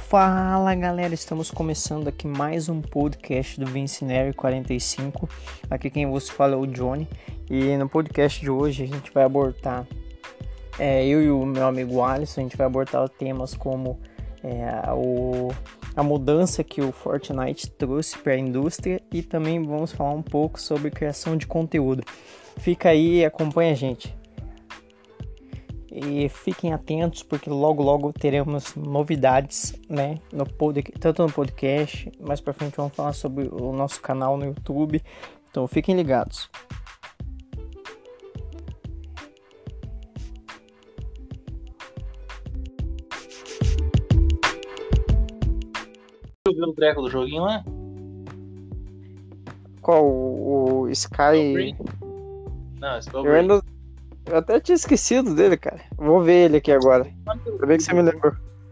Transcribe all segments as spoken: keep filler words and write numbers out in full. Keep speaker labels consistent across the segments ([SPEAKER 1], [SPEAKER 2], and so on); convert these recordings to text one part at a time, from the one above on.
[SPEAKER 1] Fala galera, estamos começando aqui mais um podcast do Vincineri quarenta e cinco. Aqui quem vos fala é o Johnny. E no podcast de hoje a gente vai abordar, é, eu e o meu amigo Alisson, a gente vai abordar temas como é, o, a mudança que o Fortnite trouxe para a indústria e também vamos falar um pouco sobre criação de conteúdo. Fica aí e acompanha a gente. E fiquem atentos porque logo logo teremos novidades, né, no pod... tanto no podcast, mais pra frente vamos falar sobre o nosso canal no YouTube, então fiquem ligados.
[SPEAKER 2] Você viu o treco do joguinho lá?
[SPEAKER 1] Qual? O, o Sky?
[SPEAKER 2] Não, esse
[SPEAKER 1] eu, ainda... eu até tinha esquecido dele, cara. Vou ver ele aqui agora. Ainda bem que você me lembrou.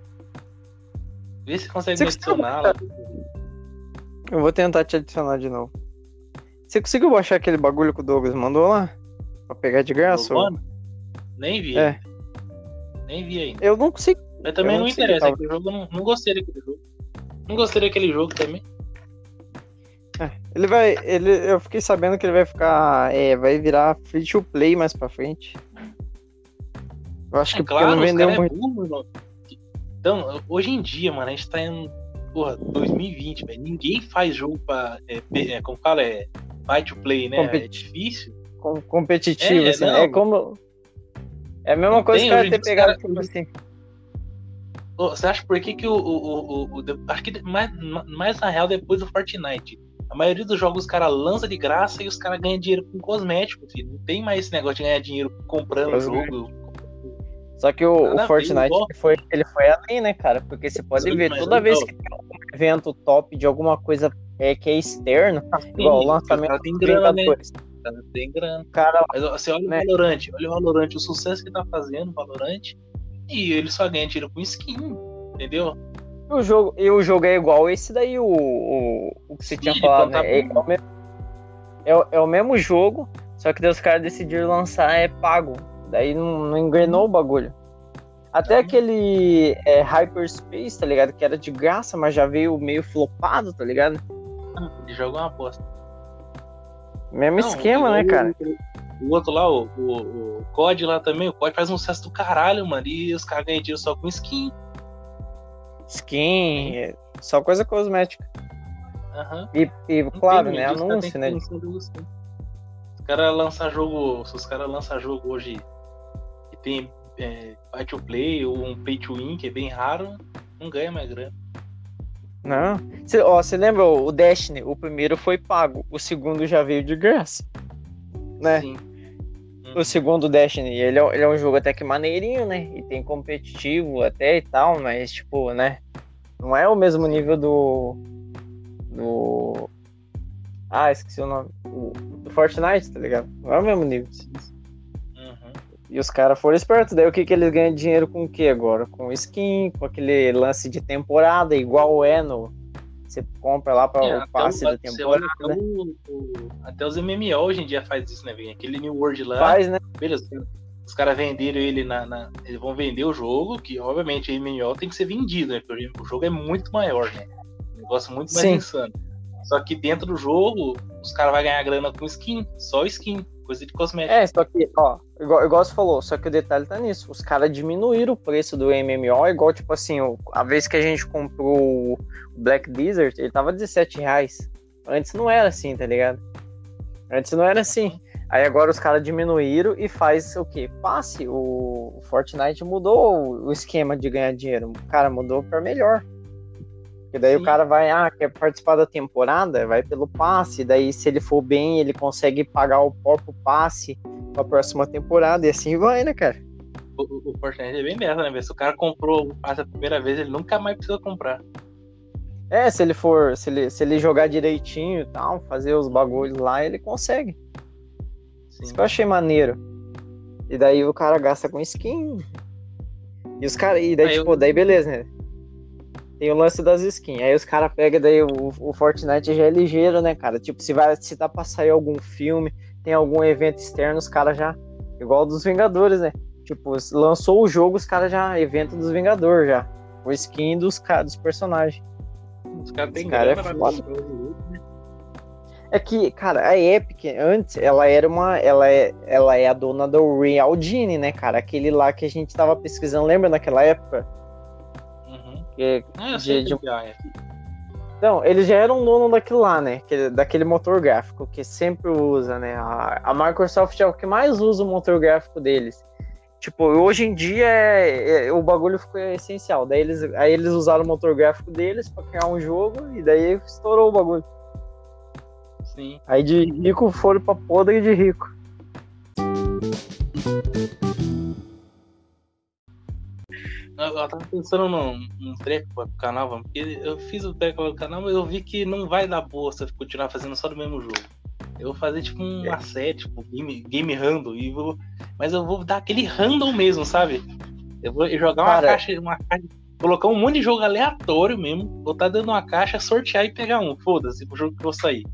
[SPEAKER 2] Vê se consegue
[SPEAKER 1] Você
[SPEAKER 2] me adicionar lá.
[SPEAKER 1] Eu vou tentar te adicionar de novo. Você conseguiu baixar aquele bagulho que o Douglas mandou lá? Pra pegar de graça? Ou...
[SPEAKER 2] Nem vi.
[SPEAKER 1] É.
[SPEAKER 2] Nem vi ainda.
[SPEAKER 1] Eu não consigo.
[SPEAKER 2] Mas também
[SPEAKER 1] eu
[SPEAKER 2] não,
[SPEAKER 1] não
[SPEAKER 2] interessa.
[SPEAKER 1] tava...
[SPEAKER 2] Aquele jogo, eu não, não gostei daquele jogo. Não gostei daquele jogo também.
[SPEAKER 1] É, ele vai. Ele, eu fiquei sabendo que ele vai ficar. É, vai virar free to play mais pra frente. Eu acho
[SPEAKER 2] É,
[SPEAKER 1] que
[SPEAKER 2] claro,
[SPEAKER 1] porque não vendeu muito.
[SPEAKER 2] É burro, mano. Então, hoje em dia, mano, a gente tá em porra, dois mil e vinte, velho. Ninguém faz jogo pra. É, é, como fala, é buy to play, né? Compet... É difícil.
[SPEAKER 1] Com, competitivo,
[SPEAKER 2] é,
[SPEAKER 1] assim.
[SPEAKER 2] Não,
[SPEAKER 1] é como. É a mesma
[SPEAKER 2] não
[SPEAKER 1] coisa
[SPEAKER 2] tem,
[SPEAKER 1] que o cara ter pegado
[SPEAKER 2] cara...
[SPEAKER 1] tipo assim.
[SPEAKER 2] Você acha por que, que o, o, o, o. Acho que mais, mais na real depois do Fortnite. A maioria dos jogos os caras lançam de graça e os caras ganham dinheiro com cosméticos, filho. Não tem mais esse negócio de ganhar dinheiro comprando o jogo.
[SPEAKER 1] Só que o, o Fortnite ele foi, ele foi além, né, cara? Porque você pode Sim, ver, toda vez que tem algum evento top de alguma coisa é, que é externo, Sim, igual o lançamento
[SPEAKER 2] o tem grana, né?
[SPEAKER 1] O
[SPEAKER 2] cara tem grana.
[SPEAKER 1] Cara,
[SPEAKER 2] Mas você olha né? o Valorant, olha o Valorant, o sucesso que tá fazendo o Valorant, e ele só ganha dinheiro com skin, entendeu?
[SPEAKER 1] O jogo, e o jogo é igual esse daí, o, o, o que você Sim, tinha falado, né? É, é, o mesmo, é, é o mesmo jogo, só que daí os caras decidiram lançar é pago. Daí não, não engrenou o bagulho. Até não. aquele é, Hyperspace, tá ligado? Que era de graça, mas já veio meio flopado, tá ligado?
[SPEAKER 2] Ele jogou uma aposta.
[SPEAKER 1] Mesmo não, esquema, né, cara?
[SPEAKER 2] O, o outro lá, o, o, o C O D lá também, o C O D faz um sucesso do caralho, mano. E os caras ganham dinheiro só com skin.
[SPEAKER 1] Skin, é. Só coisa cosmética.
[SPEAKER 2] Uhum.
[SPEAKER 1] E, e claro, né? Anúncio, né?
[SPEAKER 2] Os caras lançam jogo. Se os caras lançam jogo hoje que tem é, buy to play ou um pay to win, que é bem raro, não ganha mais grana.
[SPEAKER 1] Não. Cê, ó, você lembra o Destiny? O primeiro foi pago, o segundo já veio de graça. Né?
[SPEAKER 2] Sim.
[SPEAKER 1] O segundo Destiny, ele é, ele é um jogo até que maneirinho, né? E tem competitivo até e tal, mas tipo, né? Não é o mesmo nível do. Do. Ah, esqueci o nome. Do, do Fortnite, tá ligado? Não é o mesmo nível.
[SPEAKER 2] Uhum.
[SPEAKER 1] E os caras foram espertos. Daí o que, que eles ganham dinheiro com o que agora? Com skin, com aquele lance de temporada, igual é no. Você compra lá para é, o passe da temporada.
[SPEAKER 2] Até, o, o, até os M M O hoje em dia faz isso, né? Vem aquele New World lá.
[SPEAKER 1] Faz, né?
[SPEAKER 2] Beleza. Os caras venderam ele na, na. Eles vão vender o jogo, que obviamente o M M O tem que ser vendido, né? Porque o jogo é muito maior, né? Um negócio muito mais Sim. insano. Só que dentro do jogo, os caras vão ganhar grana com skin, só skin, coisa de cosmético.
[SPEAKER 1] É, só que, ó, igual, igual você falou, só que o detalhe tá nisso. Os caras diminuíram o preço do M M O, igual, tipo assim, a vez que a gente comprou o Black Desert, ele tava dezessete reais. Antes não era assim, tá ligado? Antes não era assim. Aí agora os caras diminuíram e faz o quê? Passe. O Fortnite mudou o esquema de ganhar dinheiro. O cara mudou pra melhor. Porque daí Sim. o cara vai, ah, quer participar da temporada, vai pelo passe, daí se ele for bem, ele consegue pagar o próprio passe pra próxima temporada, e assim vai, né, cara?
[SPEAKER 2] O, o Fortnite é bem dessa, né? Se o cara comprou o passe a primeira vez, ele nunca mais precisa comprar.
[SPEAKER 1] É, se ele for, se ele, se ele jogar direitinho e tal, fazer os bagulhos lá, ele consegue. Sim. Isso que eu achei maneiro. E daí o cara gasta com skin. E os caras, e daí, Aí tipo, eu... daí beleza, né? Tem o lance das skins. Aí os caras pegam daí o, o Fortnite já é ligeiro, né, cara? Tipo, se vai se tá pra sair algum filme, tem algum evento externo, os caras já. Igual dos Vingadores, né? Tipo, lançou o jogo, os caras já. Evento dos Vingadores já. com skin dos, dos personagens.
[SPEAKER 2] Os caras têm
[SPEAKER 1] cara é
[SPEAKER 2] grana,
[SPEAKER 1] foda. É que, cara, a Epic, antes, ela era uma. Ela é, ela é a dona do Real Genie, né, cara? Aquele lá que a gente tava pesquisando, lembra naquela época?
[SPEAKER 2] Uhum.
[SPEAKER 1] Que,
[SPEAKER 2] Ah, eu
[SPEAKER 1] de,
[SPEAKER 2] sei
[SPEAKER 1] de...
[SPEAKER 2] que é.
[SPEAKER 1] Então, eles já eram dono daquilo lá, né? Que, daquele motor gráfico que sempre usa, né? A, a Microsoft é o que mais usa o motor gráfico deles. Tipo, hoje em dia é, é, o bagulho ficou essencial. Daí eles, aí eles usaram o motor gráfico deles pra criar um jogo e daí estourou o bagulho.
[SPEAKER 2] Sim.
[SPEAKER 1] Aí de rico foram pra podre de rico.
[SPEAKER 2] Eu, eu tava pensando num, num treco pro canal, mano, porque eu fiz o treco do canal, mas eu vi que não vai dar boa se eu continuar fazendo só do mesmo jogo. Eu vou fazer tipo uma série, tipo game, game random, e vou, mas eu vou dar aquele random mesmo, sabe? Eu vou jogar uma
[SPEAKER 1] Cara,
[SPEAKER 2] caixa, uma caixa, colocar um monte de jogo aleatório mesmo, botar dentro de uma caixa, sortear e pegar um. Foda-se, o jogo que eu vou sair.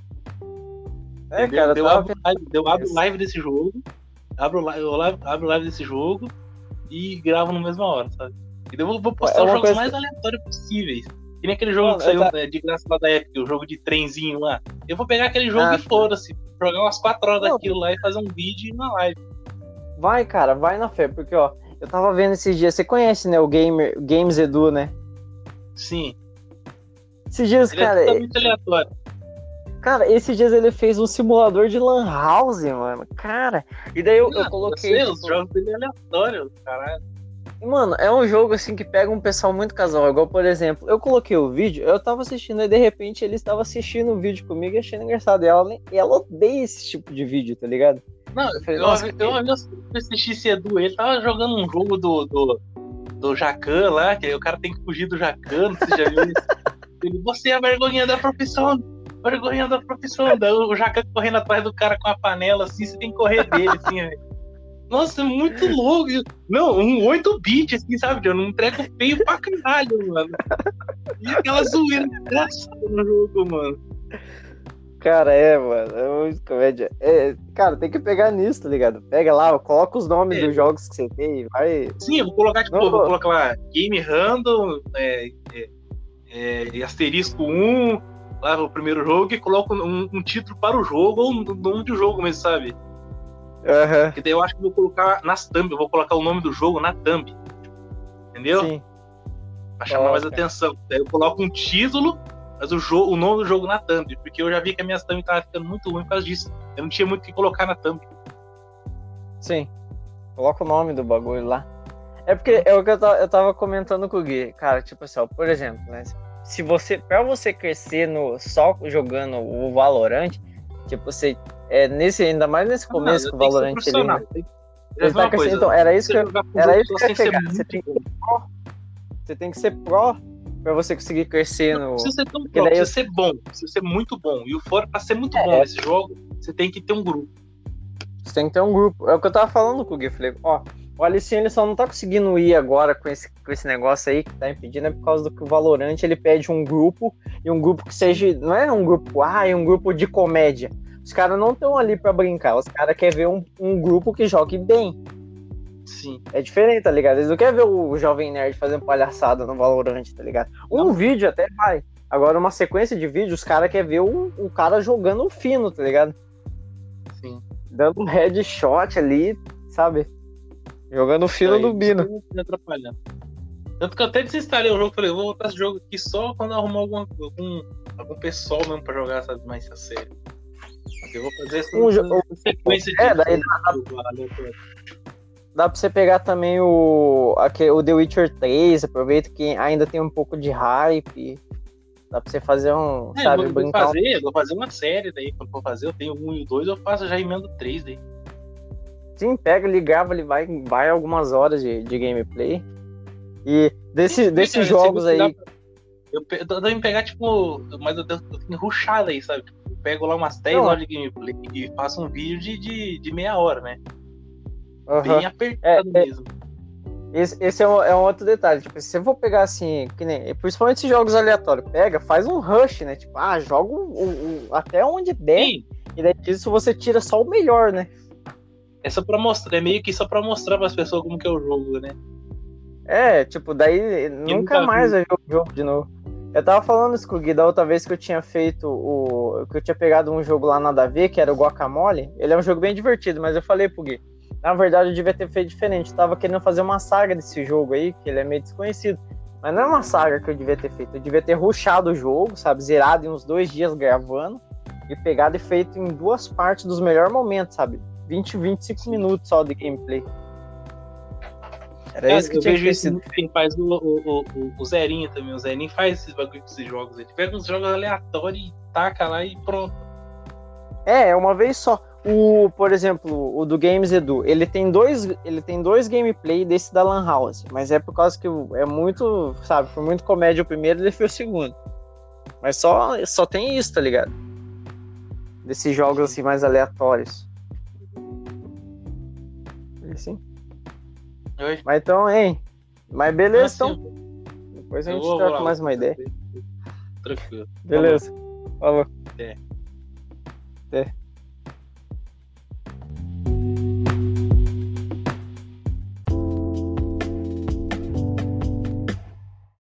[SPEAKER 1] é,
[SPEAKER 2] Entendeu?
[SPEAKER 1] cara,
[SPEAKER 2] eu,
[SPEAKER 1] tava...
[SPEAKER 2] abro, eu abro live desse jogo, abro, eu abro live desse jogo e gravo na mesma hora, sabe? E eu vou, vou postar
[SPEAKER 1] É
[SPEAKER 2] os jogos
[SPEAKER 1] coisa...
[SPEAKER 2] mais aleatórios possíveis. Que nem aquele jogo
[SPEAKER 1] Mano,
[SPEAKER 2] que saiu
[SPEAKER 1] tá...
[SPEAKER 2] de graça lá da Epic, o jogo de trenzinho lá. Eu vou pegar aquele jogo
[SPEAKER 1] ah,
[SPEAKER 2] e foda-se, jogar umas quatro horas
[SPEAKER 1] não.
[SPEAKER 2] daquilo lá e fazer um vídeo e uma live.
[SPEAKER 1] Vai, cara, vai na fé, porque, ó, eu tava vendo esses dias, você conhece, né, o Gamer, Games Edu, né?
[SPEAKER 2] Sim.
[SPEAKER 1] Esses dias,
[SPEAKER 2] Ele
[SPEAKER 1] cara...
[SPEAKER 2] é totalmente aleatório.
[SPEAKER 1] Cara, esses dias ele fez um simulador de Lan House, mano. Cara, e daí eu,
[SPEAKER 2] Não,
[SPEAKER 1] eu coloquei...
[SPEAKER 2] Eu sei,
[SPEAKER 1] tipo...
[SPEAKER 2] os jogos dele é aleatório, caralho.
[SPEAKER 1] Mano, é um jogo assim que pega um pessoal muito casual. Igual, por exemplo, eu coloquei o vídeo, eu tava assistindo e de repente ele estava assistindo o vídeo comigo e achando engraçado. E ela, e ela odeia esse tipo de vídeo, tá ligado?
[SPEAKER 2] Não,
[SPEAKER 1] eu falei,
[SPEAKER 2] eu,
[SPEAKER 1] nossa,
[SPEAKER 2] eu, eu, eu assisti esse Edu, ele tava jogando um jogo do, do, do Jacan lá, que aí o cara tem que fugir do Jacan, você já viu isso? Ele, você é a vergonha da profissão, vergonha da profissão. Daí o Jacan correndo atrás do cara com a panela assim, você tem que correr dele, assim, velho. Nossa, é muito louco. Não, um oito bit, assim, sabe? Eu não treco feio pra caralho, mano. E aquela zoeira engraçada no jogo, mano.
[SPEAKER 1] Cara, é, mano. É muito comédia. É, cara, tem que pegar nisso, tá ligado? Pega lá, coloca os nomes é. dos jogos que você tem e vai.
[SPEAKER 2] Sim, eu vou colocar, tipo, não, vou colocar lá Game Random, é, é, é, asterisco um, lá o primeiro jogo, e coloco um, um título para o jogo, ou um nome do jogo mesmo, sabe?
[SPEAKER 1] Uhum.
[SPEAKER 2] Que daí eu acho que vou colocar nas thumb, eu vou colocar o nome do jogo na thumb. Entendeu? Sim. Pra chamar oh, mais cara. atenção. Daí eu coloco um título, mas o, jogo, o nome do jogo na thumb. Porque eu já vi que a minha thumb tava ficando muito ruim por causa disso. Eu não tinha muito o que colocar na thumb.
[SPEAKER 1] Sim. Coloca o nome do bagulho lá. É porque é o que eu tava, eu tava comentando com o Gui. Cara, tipo assim, ó, por exemplo, né? Se você, pra você crescer no, só jogando o Valorant, tipo, você. É nesse, ainda mais nesse começo que o Valorant ele, né?
[SPEAKER 2] Tem,
[SPEAKER 1] ele tá crescendo. Então, era isso que eu, era isso que eu ia chegar. Você tem, que ser pro, você tem que ser pro pra você conseguir crescer
[SPEAKER 2] não,
[SPEAKER 1] no.
[SPEAKER 2] Precisa ser tão pro, precisa eu... ser bom, precisa ser muito bom. E o fora, pra ser muito é, bom nesse jogo, você tem que ter um grupo.
[SPEAKER 1] Você tem que ter um grupo. É o que eu tava falando com o Gui. Eu falei, ó, o Alicinho ele só não tá conseguindo ir agora com esse, com esse negócio aí que tá impedindo, é por causa do que o Valorant ele pede um grupo, e um grupo que seja. Não é um grupo, ah, é um grupo de comédia. Os caras não estão ali pra brincar, os caras querem ver um, um grupo que jogue bem.
[SPEAKER 2] Sim.
[SPEAKER 1] É diferente, tá ligado? Eles não querem ver o Jovem Nerd fazendo palhaçada no Valorant, tá ligado? Um não. vídeo até vai. Agora, uma sequência de vídeos, os caras querem ver o, o cara jogando fino, tá ligado?
[SPEAKER 2] Sim.
[SPEAKER 1] Dando um headshot ali, sabe? Jogando fino do Bino.
[SPEAKER 2] Me atrapalhando. Tanto que eu até desinstalei o jogo, falei, vou botar esse jogo aqui só quando eu arrumar algum, algum, algum pessoal mesmo pra jogar, sabe, mais a sério. Eu vou fazer essa um jo- sequência de
[SPEAKER 1] é, daí dá, dá pra você pegar também o, aquele, o The Witcher três, aproveita que ainda tem um pouco de hype. Dá pra você fazer um,
[SPEAKER 2] é,
[SPEAKER 1] sabe,
[SPEAKER 2] vou,
[SPEAKER 1] brincar.
[SPEAKER 2] Vou fazer, vou fazer uma série daí, quando for fazer, eu tenho um e o dois, eu faço já emendo três daí.
[SPEAKER 1] Sim, pega, ele grava, ele vai, vai algumas horas de, de gameplay. E desse, Sim, desses jogos aí... Pra...
[SPEAKER 2] Eu, eu tô dando pegar, tipo, mas eu tenho que rushar aí, sabe? Eu pego lá umas dez horas de gameplay e faço um vídeo de, de, de meia hora, né? Uhum. Bem apertado é, mesmo.
[SPEAKER 1] É, esse esse é, um, é um outro detalhe. Tipo, se você for pegar assim, que nem, principalmente esses jogos aleatórios, pega, faz um rush, né? Tipo, ah, joga o, o, o, até onde der. Sim. E daí disso você tira só o melhor, né?
[SPEAKER 2] É só pra mostrar, é meio que só pra mostrar pras pessoas como que é o jogo, né?
[SPEAKER 1] É, tipo, daí nunca
[SPEAKER 2] nunca
[SPEAKER 1] mais
[SPEAKER 2] viu.
[SPEAKER 1] vai ver o jogo de novo. Eu tava falando isso com o Gui da outra vez que eu tinha feito o. Que eu tinha pegado um jogo lá nada a ver, que era o Guacamole. Ele é um jogo bem divertido, mas eu falei pro Gui. Na verdade, eu devia ter feito diferente. Eu tava querendo fazer uma saga desse jogo aí, que ele é meio desconhecido. Mas não é uma saga que eu devia ter feito. Eu devia ter rushado o jogo, sabe? Zerado em uns dois dias gravando. E pegado e feito em duas partes dos melhores momentos, sabe? vinte, vinte e cinco minutos só de gameplay. Era
[SPEAKER 2] Cara,
[SPEAKER 1] isso que
[SPEAKER 2] eu
[SPEAKER 1] tinha
[SPEAKER 2] vejo
[SPEAKER 1] que ter
[SPEAKER 2] isso
[SPEAKER 1] sido.
[SPEAKER 2] muito quem faz o, o, o, o Zerinho também. O Zerinho faz esses bagulho com esses jogos. Ele pega uns jogos aleatórios e taca lá e pronto.
[SPEAKER 1] É, é uma vez só. O, por exemplo, o do Games Edu, ele tem dois, ele tem dois gameplay desse da Lan House, mas é por causa que é muito, sabe, foi muito comédia o primeiro, ele fez o segundo. Mas só, só tem isso, tá ligado? Desses jogos assim mais aleatórios. Assim.
[SPEAKER 2] Oi?
[SPEAKER 1] Mas então, hein? Mas beleza,
[SPEAKER 2] Ah, sim,
[SPEAKER 1] então. Depois a
[SPEAKER 2] eu
[SPEAKER 1] gente
[SPEAKER 2] vou- vou
[SPEAKER 1] troca
[SPEAKER 2] lá,
[SPEAKER 1] mais uma
[SPEAKER 2] vou-
[SPEAKER 1] ideia.
[SPEAKER 2] Tranquilo.
[SPEAKER 1] Beleza. Falou.
[SPEAKER 2] Até.
[SPEAKER 1] Até.